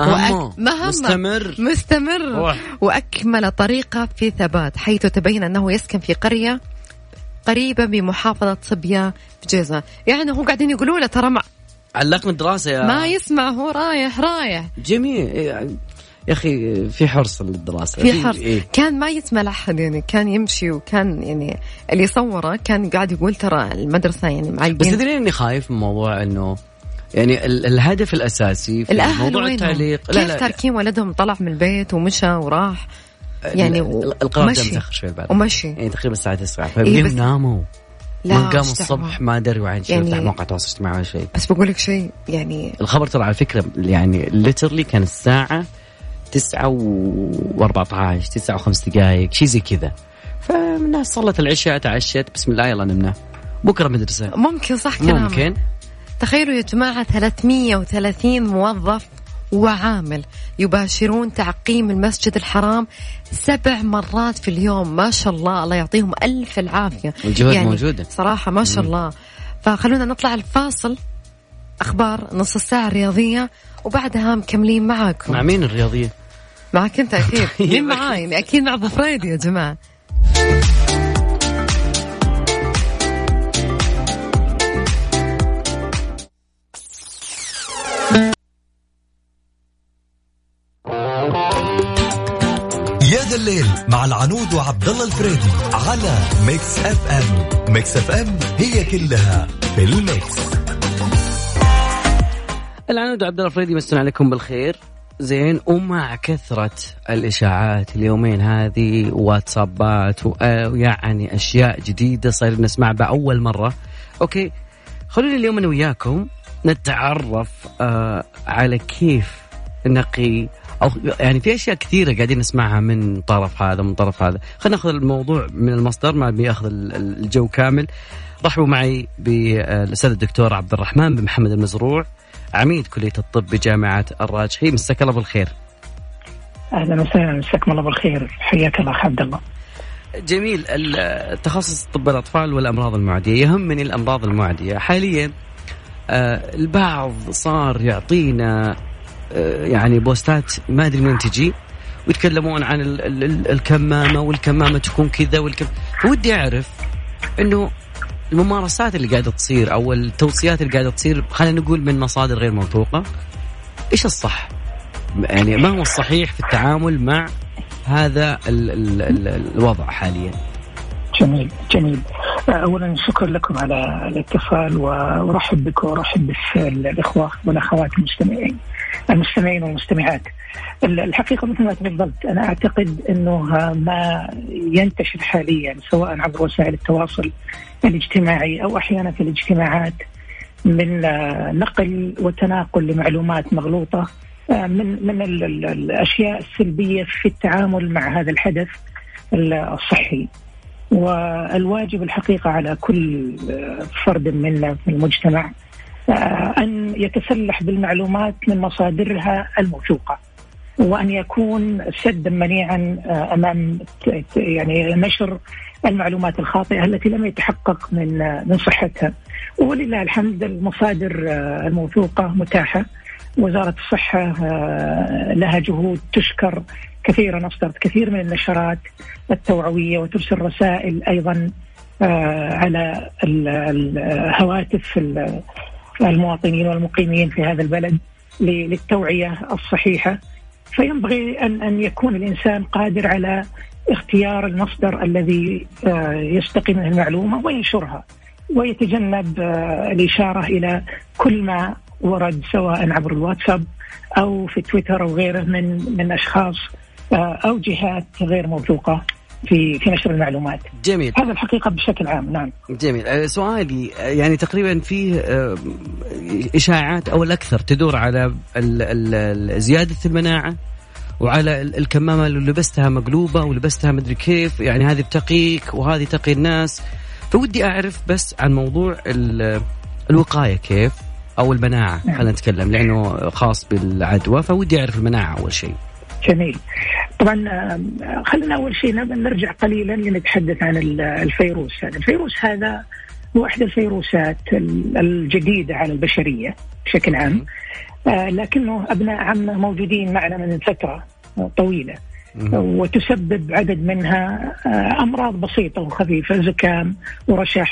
مستمر وأكمل طريقة في ثبات، حيث تبين أنه يسكن في قرية قريبة بمحافظة صبية في جيزان. يعني هو قاعدين يقولوا له ترى علقنا الدراسة ما يسمع، هو رايح جميل. يا أخي في حرص للدراسة، في حرص. كان ما يسمع لأحد، يعني كان يمشي، وكان يعني اللي يصوره كان قاعد يقول ترى المدرسة يعني معلقين. بس تدري إني خايف من موضوع إنه يعني الهدف الأساسي في موضوع التعليق. كيف تاركين ولدهم طلع من البيت ومشى وراح، يعني القرار ده متأخر شوي بعد ومشي يعني تقريبا الساعة 9 فبيهم ناموا. ما قام الصبح ما دري وعين شيء يفتح موقع تواصل اجتماعي ولا شيء. بس بقول لك شيء، يعني الخبر ترى على فكرة يعني ليترلي كان الساعة 9:14 9:05 دقائق شيء زي كذا. فالناس صلت العشاء تعشت بسم الله يلا نمنا بكرة مدرسة. ممكن صح كلام. ممكن. تخيلوا يا جماعة 330 موظف وعامل يباشرون تعقيم المسجد الحرام 7 مرات في اليوم. ما شاء الله، الله يعطيهم ألف العافية. الجهود يعني موجودة صراحة ما شاء الله. فخلونا نطلع الفاصل، أخبار نص الساعة الرياضية، وبعدها مكملين معاكم. مع مين الرياضية؟ معك أنت أكيد. مين معاي؟ يعني أكيد مع أبو فريدي يا جماعة. يا ذا الليل مع العنود وعبد الله الفريدي على ميكس اف ام. ميكس اف ام هي كلها في الميكس. العنود وعبد الله الفريدي مسنا عليكم بالخير. زين. ومع كثرة الإشاعات اليومين هذه واتسابات ويعني أشياء جديدة صاير نسمع بأول مرة. أوكي خلونا اليوم أنا وياكم نتعرف على كيف نقي، أو يعني في أشياء كثيرة قاعدين نسمعها من طرف هذا من طرف هذا. خلينا نأخذ الموضوع من المصدر ما بيأخذ الجو كامل. رحبوا معي بالأستاذ الدكتور عبد الرحمن بن محمد المزروع، عميد كلية الطب بجامعة الراجحي. مساك الله بالخير. أهلا وسهلا، مساكم الله بالخير. حياك الله عبد الله. جميل. التخصص طب الأطفال والأمراض المعدية. يهمني الأمراض المعدية حاليا. البعض صار يعطينا يعني بوستات ما أدري من تجي ويتكلمون عن الكمامة والكمامة تكون كذا ودي أعرف إنه الممارسات اللي قاعدة تصير أو التوصيات اللي قاعدة تصير خلينا نقول من مصادر غير موثوقة، إيش الصح؟ يعني ما هو الصحيح في التعامل مع هذا الوضع حاليا؟ جميل جميل. أولا شكرا لكم على الاتصال، ورحب بكم ورحب بالإخوة والأخوات المستمعين والمستمعات. الحقيقة مثل ما تفضلت، أنا أعتقد أنه ما ينتشر حاليا سواء عبر وسائل التواصل الاجتماعي أو أحيانا في الاجتماعات من نقل وتناقل لمعلومات مغلوطة من الأشياء السلبية في التعامل مع هذا الحدث الصحي. والواجب الحقيقة على كل فرد منا في المجتمع أن يتسلح بالمعلومات من مصادرها الموثوقة، وأن يكون سدا منيعا أمام يعني نشر المعلومات الخاطئة التي لم يتحقق من صحتها. ولله الحمد المصادر الموثوقة متاحة. وزارة الصحة لها جهود تشكر كثيرا، أصدرت كثير من النشرات التوعوية وترسل رسائل أيضا على الهواتف المواطنين والمقيمين في هذا البلد للتوعية الصحيحة. فينبغي أن يكون الإنسان قادر على اختيار المصدر الذي يستقي منه المعلومة وينشرها، ويتجنب الإشارة إلى كل ما ورد سواء عبر الواتساب أو في تويتر أو غيره من أشخاص أو جهات غير موثوقة في نشر المعلومات. جميل. هذا الحقيقة بشكل عام. نعم. جميل. سؤالي يعني تقريبا فيه إشاعات أو الأكثر تدور على زيادة المناعة وعلى الكمامة اللي لبستها مقلوبة ولبستها مدري كيف، يعني هذه بتقيك وهذه تقي الناس. فودي أعرف بس عن موضوع الوقاية كيف أو المناعة. خلينا نتكلم لأنه خاص بالعدوى، فودي أعرف المناعة أول شيء. جميل. طبعا خلينا أول شيء نرجع قليلا لنتحدث عن الفيروس. الفيروس هذا هو أحد الفيروسات الجديدة على البشرية بشكل عام، لكنه أبناء عمه موجودين معنا من فترة طويلة، وتسبب عدد منها أمراض بسيطة وخفيفة، زكام ورشح،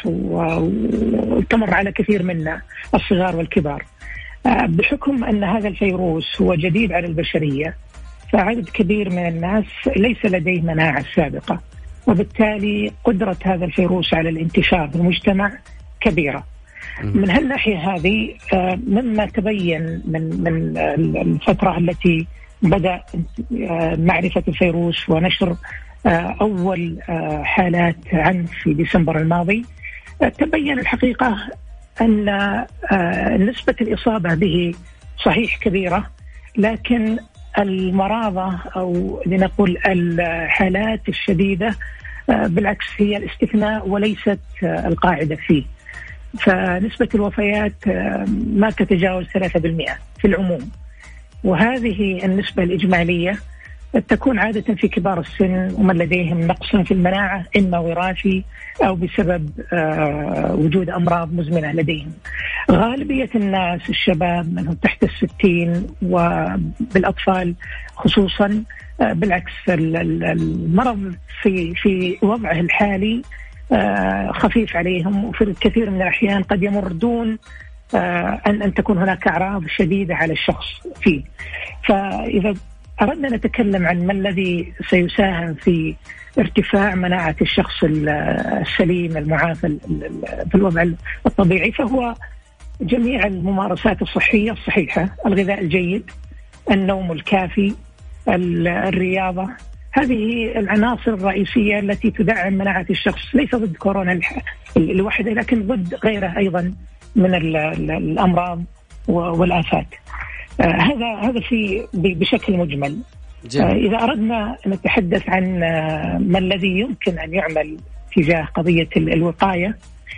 وتمر على كثير منا الصغار والكبار. بحكم أن هذا الفيروس هو جديد على البشرية، فعدد كبير من الناس ليس لديه مناعة سابقة، وبالتالي قدرة هذا الفيروس على الانتشار في المجتمع كبيرة. من هالناحية هذه مما تبين من الفترة التي بدأ معرفة الفيروس ونشر أول حالات عنه في ديسمبر الماضي، تبين الحقيقة أن نسبة الإصابة به صحيح كبيرة، لكن المرضى أو لنقول الحالات الشديدة بالعكس هي الاستثناء وليست القاعدة فيه. فنسبة الوفيات ما تتجاوز 3% في العموم، وهذه النسبة الإجمالية تكون عادة في كبار السن ومن لديهم نقص في المناعة، إما وراثي أو بسبب وجود أمراض مزمنة لديهم. غالبية الناس الشباب منهم تحت 60 وبالأطفال خصوصا بالعكس المرض في وضعه الحالي خفيف عليهم، وفي الكثير من الأحيان قد يمر دون أن تكون هناك أعراض شديدة على الشخص فيه. فإذا أردنا نتكلم عن ما الذي سيساهم في ارتفاع مناعة الشخص السليم المعافى في الوضع الطبيعي، فهو جميع الممارسات الصحية الصحيحة، الغذاء الجيد، النوم الكافي، الرياضة. هذه العناصر الرئيسية التي تدعم مناعة الشخص، ليس ضد كورونا لوحده، لكن ضد غيره أيضا من الأمراض والآفات. هذا في بشكل مجمل. إذا أردنا نتحدث عن ما الذي يمكن أن يعمل تجاه قضية الوقاية،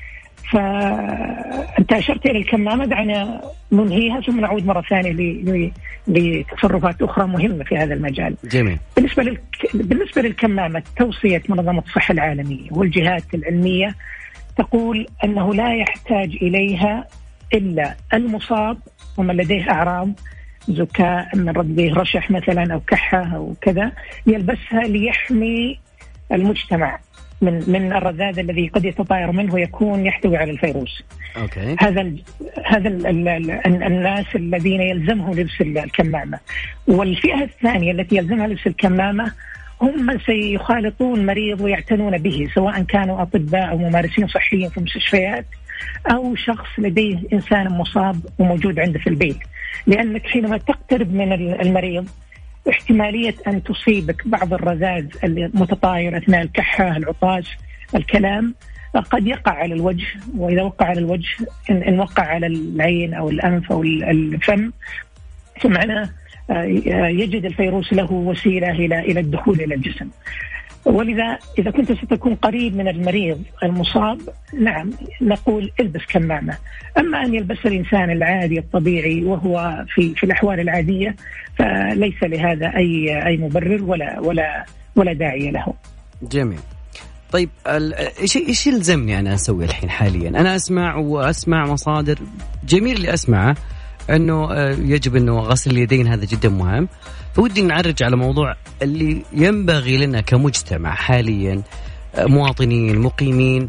فأنت أشرت إلى الكمامة، دعنا ننهيها ثم نعود مرة ثانية لتصرفات أخرى مهمة في هذا المجال. جميل. بالنسبة للكمامة، توصية منظمة الصحة العالمية والجهات العلمية تقول أنه لا يحتاج إليها إلا المصاب ومن لديه أعراض زكاء من رده رشح مثلا أو كحة أو كذا، يلبسها ليحمي المجتمع من الرذاذ الذي قد يتطاير منه ويكون يحتوي على الفيروس. أوكي. هذا الناس الذين يلزمهم لبس الكمامة. والفئة الثانية التي يلزمها لبس الكمامة هم من سيخالطون مريض ويعتنون به، سواء كانوا أطباء أو ممارسين صحيين في المستشفيات أو شخص لديه إنسان مصاب وموجود عنده في البيت، لأنك حينما تقترب من المريض احتمالية أن تصيبك بعض الرذاذ المتطاير أثناء الكحة، العطاس، الكلام، قد يقع على الوجه، وإذا وقع على الوجه إن وقع على العين أو الأنف أو الفم فمعناه يجد الفيروس له وسيلة إلى الدخول إلى الجسم. ولذا إذا كنت ستكون قريب من المريض المصاب، نعم نقول البس كمامة. أما أن يلبس الإنسان العادي الطبيعي وهو في الأحوال العادية فليس لهذا أي مبرر ولا داعي له. جميل. طيب إيش يلزمني أنا أسوي الحين حاليا؟ أنا أسمع مصادر جميل اللي أسمعه أنه يجب أنه غسل اليدين هذا جدا مهم، فودي نعرج على موضوع اللي ينبغي لنا كمجتمع حاليا، مواطنين مقيمين،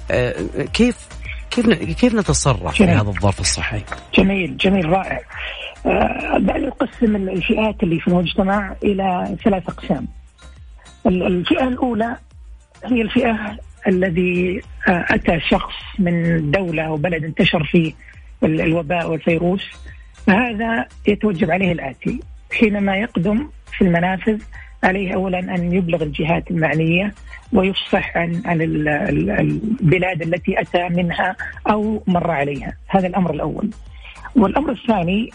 كيف نتصرف في هذا الظرف الصحي؟ جميل رائع. دعني أقسم الفئات اللي في المجتمع إلى 3 أقسام. الفئة الأولى هي الفئة الذي أتى شخص من دولة أو بلد انتشر فيه الوباء والفيروس، فهذا يتوجب عليه الآتي: حينما يقدم في المنافذ عليه أولا أن يبلغ الجهات المعنية ويفصح عن البلاد التي أتى منها أو مر عليها. هذا الأمر الأول. والأمر الثاني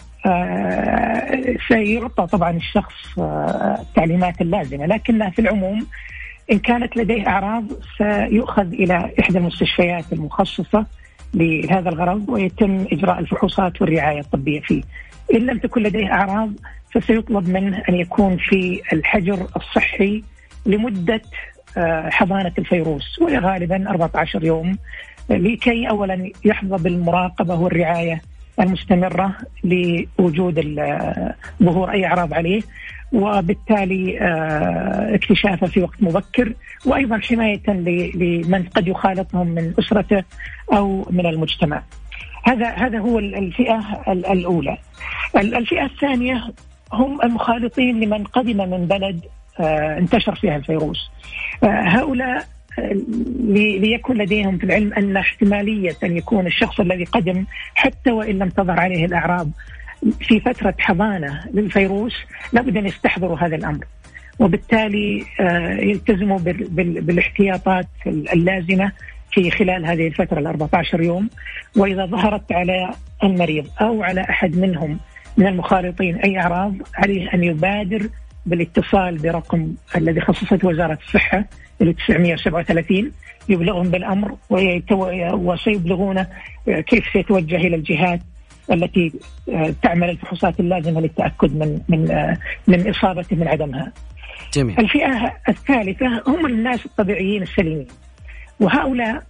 سيعطى طبعا الشخص التعليمات اللازمة، لكنها في العموم إن كانت لديه أعراض سيؤخذ إلى إحدى المستشفيات المخصصة لهذا الغرض ويتم إجراء الفحوصات والرعاية الطبية فيه. إن لم تكن لديه أعراض فسيطلب منه أن يكون في الحجر الصحي لمدة حضانة الفيروس، وهي غالبا 14 يوم، لكي أولا يحظى بالمراقبة والرعاية المستمرة لوجود ظهور أي أعراض عليه، وبالتالي اكتشافه في وقت مبكر، وأيضا حماية لمن قد يخالطهم من أسرته أو من المجتمع. هذا هو الفئة الأولى. الفئة الثانية هم المخالطين لمن قدم من بلد انتشر فيها الفيروس. هؤلاء ليكون لديهم في العلم أن احتمالية أن يكون الشخص الذي قدم حتى وإن لم تظهر عليه الأعراض في فترة حضانة للفيروس لابد أن يستحضروا هذا الأمر، وبالتالي يلتزموا بالاحتياطات اللازمة في خلال هذه الفترة 14 يوم. وإذا ظهرت على المريض أو على أحد منهم من المخالطين أي أعراض عليه أن يبادر بالاتصال برقم الذي خصصته وزارة الصحة اللي 937 يبلغهم بالأمر وسيبلغون كيف سيتوجه إلى الجهات التي تعمل الفحوصات اللازمة للتأكد من إصابته من عدمها. جميل. الفئة الثالثة هم الناس الطبيعيين السليمين، وهؤلاء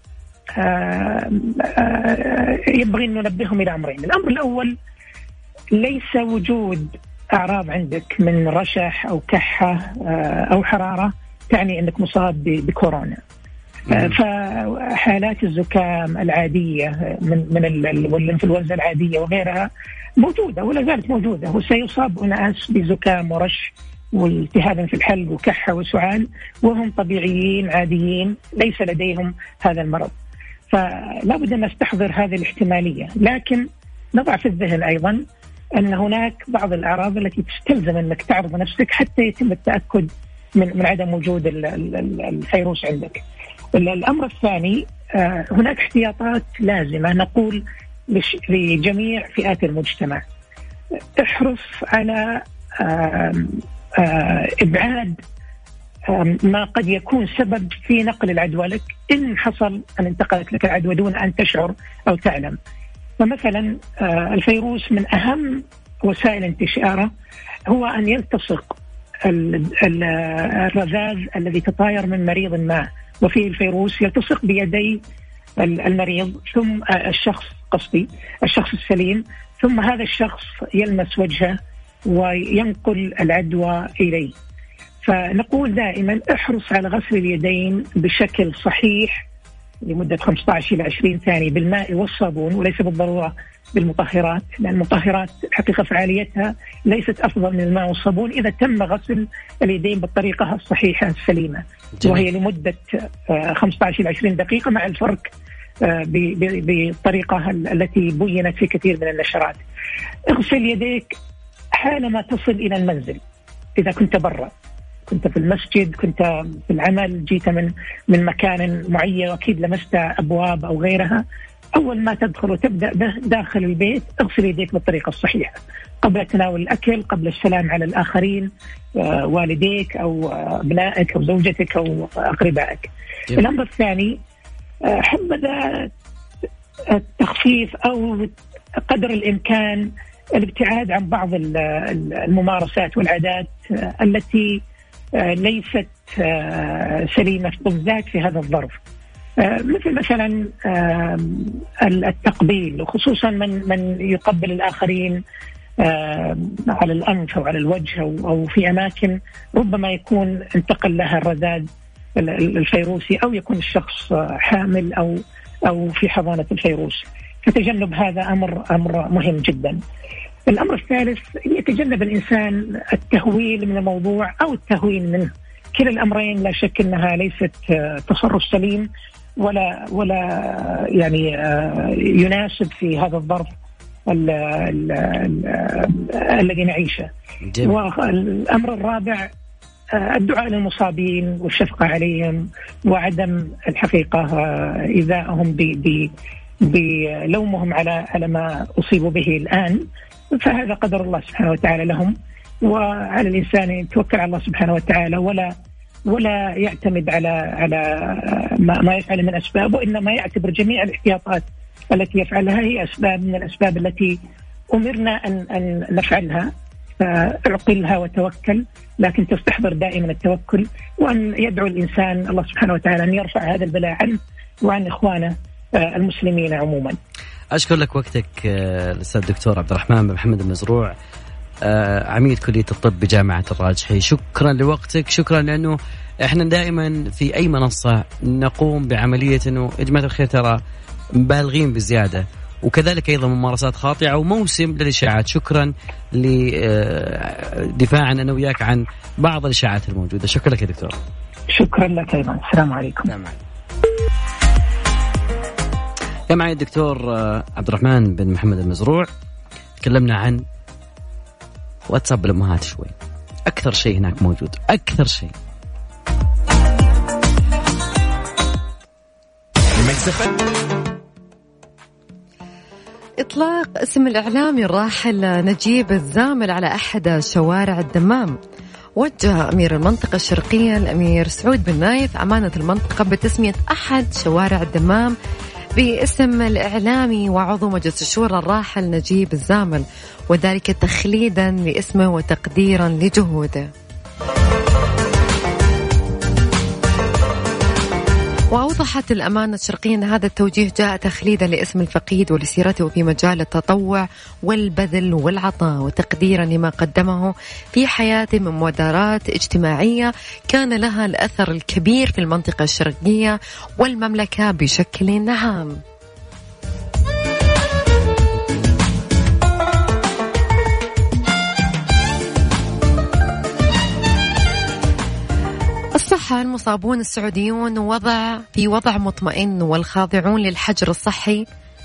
ينبغي أن ننبههم إلى أمرين. الأمر الأول: ليس وجود أعراض عندك من رشح أو كحة أو حرارة تعني أنك مصاب بكورونا. فحالات الزكام العادية والإنفلونزا العادية وغيرها موجودة ولا زالت موجودة، وسيصاب ناس بزكام ورش والتهاب في الحلق وكحة وسعال وهم طبيعيين عاديين ليس لديهم هذا المرض. فلا بد أن نستحضر هذه الاحتمالية، لكن نضع في الذهن أيضا أن هناك بعض الأعراض التي تستلزم أنك تعرض نفسك حتى يتم التأكد من عدم وجود الفيروس عندك. الأمر الثاني: هناك احتياطات لازمة نقول لجميع فئات المجتمع. احرص على إبعاد ما قد يكون سبب في نقل العدوى لك إن حصل أن انتقلت لك العدوى دون أن تشعر أو تعلم. فمثلا الفيروس من أهم وسائل انتشاره هو أن يلتصق الرذاذ الذي تطاير من مريض ما وفيه الفيروس يلتصق بيدي المريض ثم الشخص السليم، ثم هذا الشخص يلمس وجهه وينقل العدوى إليه. فنقول دائما احرص على غسل اليدين بشكل صحيح لمدة 15 إلى 20 ثانية بالماء والصابون، وليس بالضرورة بالمطهرات، لأن المطهرات حقيقة فعاليتها ليست أفضل من الماء والصابون إذا تم غسل اليدين بالطريقة الصحيحة السليمة. جميل. وهي لمدة 15 إلى 20 دقيقة مع الفرق بالطريقة التي بينت في كثير من النشرات. اغسل يديك حالما تصل إلى المنزل. إذا كنت برا، كنت في المسجد، كنت في العمل، جيت من مكان معين وأكيد لمست أبواب أو غيرها، أول ما تدخل وتبدأ داخل البيت اغسل يديك بالطريقة الصحيحة قبل تناول الأكل، قبل السلام على الآخرين، والديك أو أبنائك أو زوجتك أو أقربائك. الأمر الثاني حبذا التخفيف أو قدر الإمكان الابتعاد عن بعض الممارسات والعادات التي ليست سليمة بالذات في هذا الظرف، مثل مثلا التقبيل، وخصوصا من يقبل الآخرين على الأنف أو على الوجه أو في أماكن ربما يكون انتقل لها الرذاذ الفيروسي أو يكون الشخص حامل أو في حضانة الفيروس. فتجنب هذا أمر مهم جدا. الأمر الثالث يتجنب الإنسان التهويل من الموضوع أو التهويل منه. كلا الأمرين لا شك أنها ليست تصرف سليم ولا يعني يناسب في هذا الظرف الذي نعيشه. والأمر الرابع الدعاء للمصابين والشفقة عليهم وعدم الحقيقة إيذائهم بلومهم على ما أصيبوا به الآن، فهذا قدر الله سبحانه وتعالى لهم، وعلى الإنسان يتوكل على الله سبحانه وتعالى ولا يعتمد على ما يفعل من أسباب، وإنما يعتبر جميع الاحتياطات التي يفعلها هي أسباب من الأسباب التي أمرنا أن نفعلها. فاعقلها وتوكل، لكن تستحضر دائما التوكل، وأن يدعو الإنسان الله سبحانه وتعالى أن يرفع هذا البلاء عنه وعن إخوانه المسلمين عموما. أشكر لك وقتك الأستاذ الدكتور عبد الرحمن بن محمد المزروع، عميد كلية الطب بجامعة الراجحي. شكرا لوقتك، شكرا لأنه إحنا دائما في أي منصة نقوم بعملية أنه يا جماعة الخير ترى مبالغين بزيادة، وكذلك أيضا ممارسات خاطئة وموسم للإشاعات. شكرا لدفاعا أنا وياك عن بعض الإشاعات الموجودة. شكرا لك يا دكتور. شكرا لك أيضا. السلام عليكم. كان معي الدكتور عبد الرحمن بن محمد المزروع. تكلمنا عن واتساب الأمهات شوي، أكثر شيء هناك موجود، أكثر شيء. إطلاق اسم الإعلامي الراحل نجيب الزامل على أحد شوارع الدمام. وجه أمير المنطقة الشرقية الأمير سعود بن نايف أمانة المنطقة بتسمية أحد شوارع الدمام باسم الإعلامي وعضو مجلس الشورى الراحل نجيب الزامل، وذلك تخليدا لاسمه وتقديرا لجهوده. وأوضحت الأمانة الشرقية أن هذا التوجيه جاء تخليدا لاسم الفقيد ولسيرته في مجال التطوع والبذل والعطاء، وتقديرا لما قدمه في حياته من مبادرات اجتماعية كان لها الأثر الكبير في المنطقة الشرقية والمملكة بشكل عام. المصابون السعوديون في وضع مطمئن والخاضعون للحجر الصحي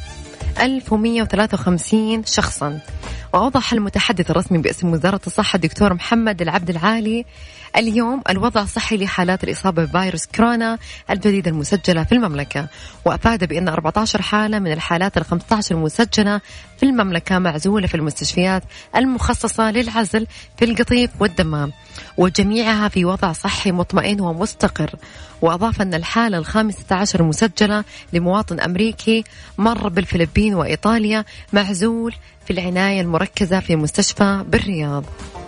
1153 شخصا. وأوضح المتحدث الرسمي باسم وزارة الصحة الدكتور محمد العبد العالي اليوم الوضع الصحي لحالات الإصابة بفيروس كورونا الجديد المسجلة في المملكة، وأفاد بأن 14 حالة من الحالات 15 المسجلة في المملكة معزولة في المستشفيات المخصصة للعزل في القطيف والدمام، وجميعها في وضع صحي مطمئن ومستقر. وأضاف أن الحالة 15 المسجلة لمواطن أمريكي مر بالفلبين وإيطاليا معزول في العناية المركزة في مستشفى بالرياض.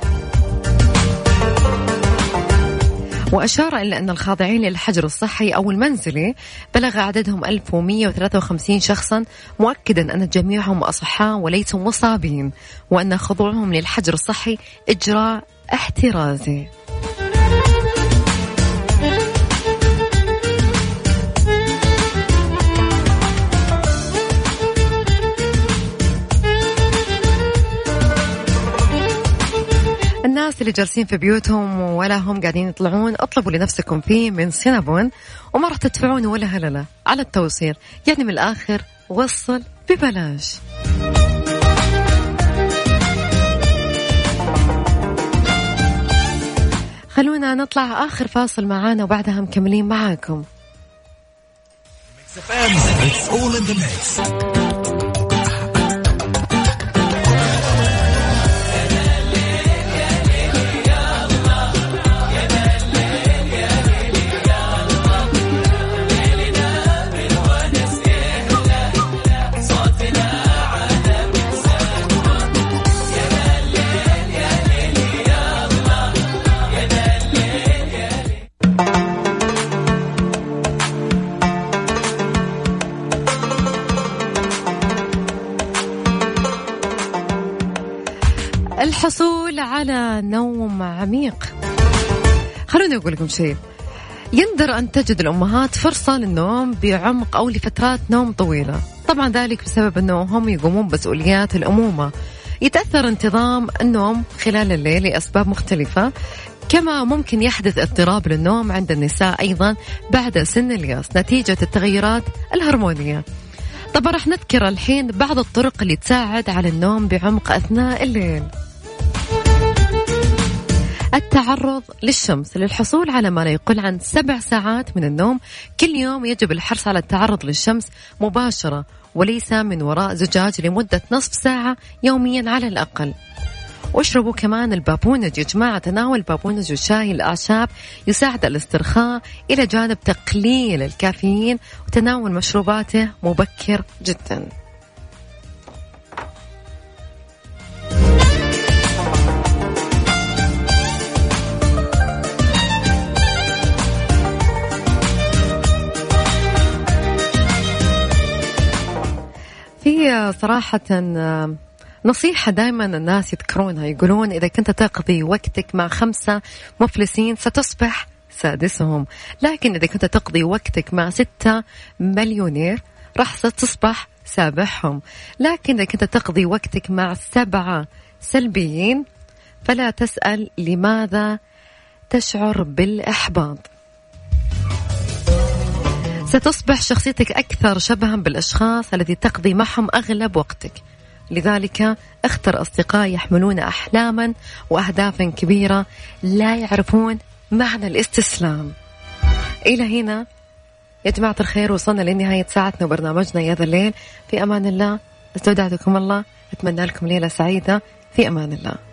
وأشار إلى أن الخاضعين للحجر الصحي أو المنزلي بلغ عددهم 1153 شخصا، مؤكدا أن جميعهم أصحاء وليسوا مصابين، وأن خضوعهم للحجر الصحي إجراء احترازي. الناس اللي جالسين في بيوتهم ولا هم قاعدين يطلعون، اطلبوا لنفسكم فيه من سينابون وما راح تدفعون ولا هللة على التوصيل، يعني من الآخر وصل ببلاش. خلونا نطلع آخر فاصل معانا وبعدها مكملين معاكم. It's all in the mix. الحصول على نوم عميق. خلوني أقول لكم شيء، يندر أن تجد الأمهات فرصة للنوم بعمق أو لفترات نوم طويلة. طبعا ذلك بسبب أنهم يقومون بمسؤوليات الأمومة. يتأثر انتظام النوم خلال الليل لأسباب مختلفة، كما ممكن يحدث اضطراب للنوم عند النساء أيضا بعد سن الياس نتيجة التغيرات الهرمونية. طبعا رح نذكر الحين بعض الطرق اللي تساعد على النوم بعمق أثناء الليل. التعرض للشمس. للحصول على ما لا يقل عن 7 ساعات من النوم كل يوم يجب الحرص على التعرض للشمس مباشرة وليس من وراء زجاج لمدة نصف ساعة يوميا على الأقل. واشربوا كمان البابونج يا جماعة. تناول البابونج وشاي الأعشاب يساعد الاسترخاء إلى جانب تقليل الكافيين وتناول مشروباته مبكر جدا. في صراحة نصيحة دائما الناس يذكرونها، يقولون إذا كنت تقضي وقتك مع 5 مفلسين ستصبح سادسهم، لكن إذا كنت تقضي وقتك مع 6 مليونير راح تصبح سابعهم، لكن إذا كنت تقضي وقتك مع 7 سلبيين فلا تسأل لماذا تشعر بالإحباط. ستصبح شخصيتك أكثر شبها بالأشخاص الذي تقضي معهم أغلب وقتك. لذلك اختر أصدقاء يحملون أحلاما وأهدافا كبيرة لا يعرفون معنى الاستسلام. إلى هنا يا جماعة الخير وصلنا لنهاية ساعتنا وبرنامجنا يا ذا الليل. في أمان الله، استودعتكم الله، أتمنى لكم ليلة سعيدة. في أمان الله.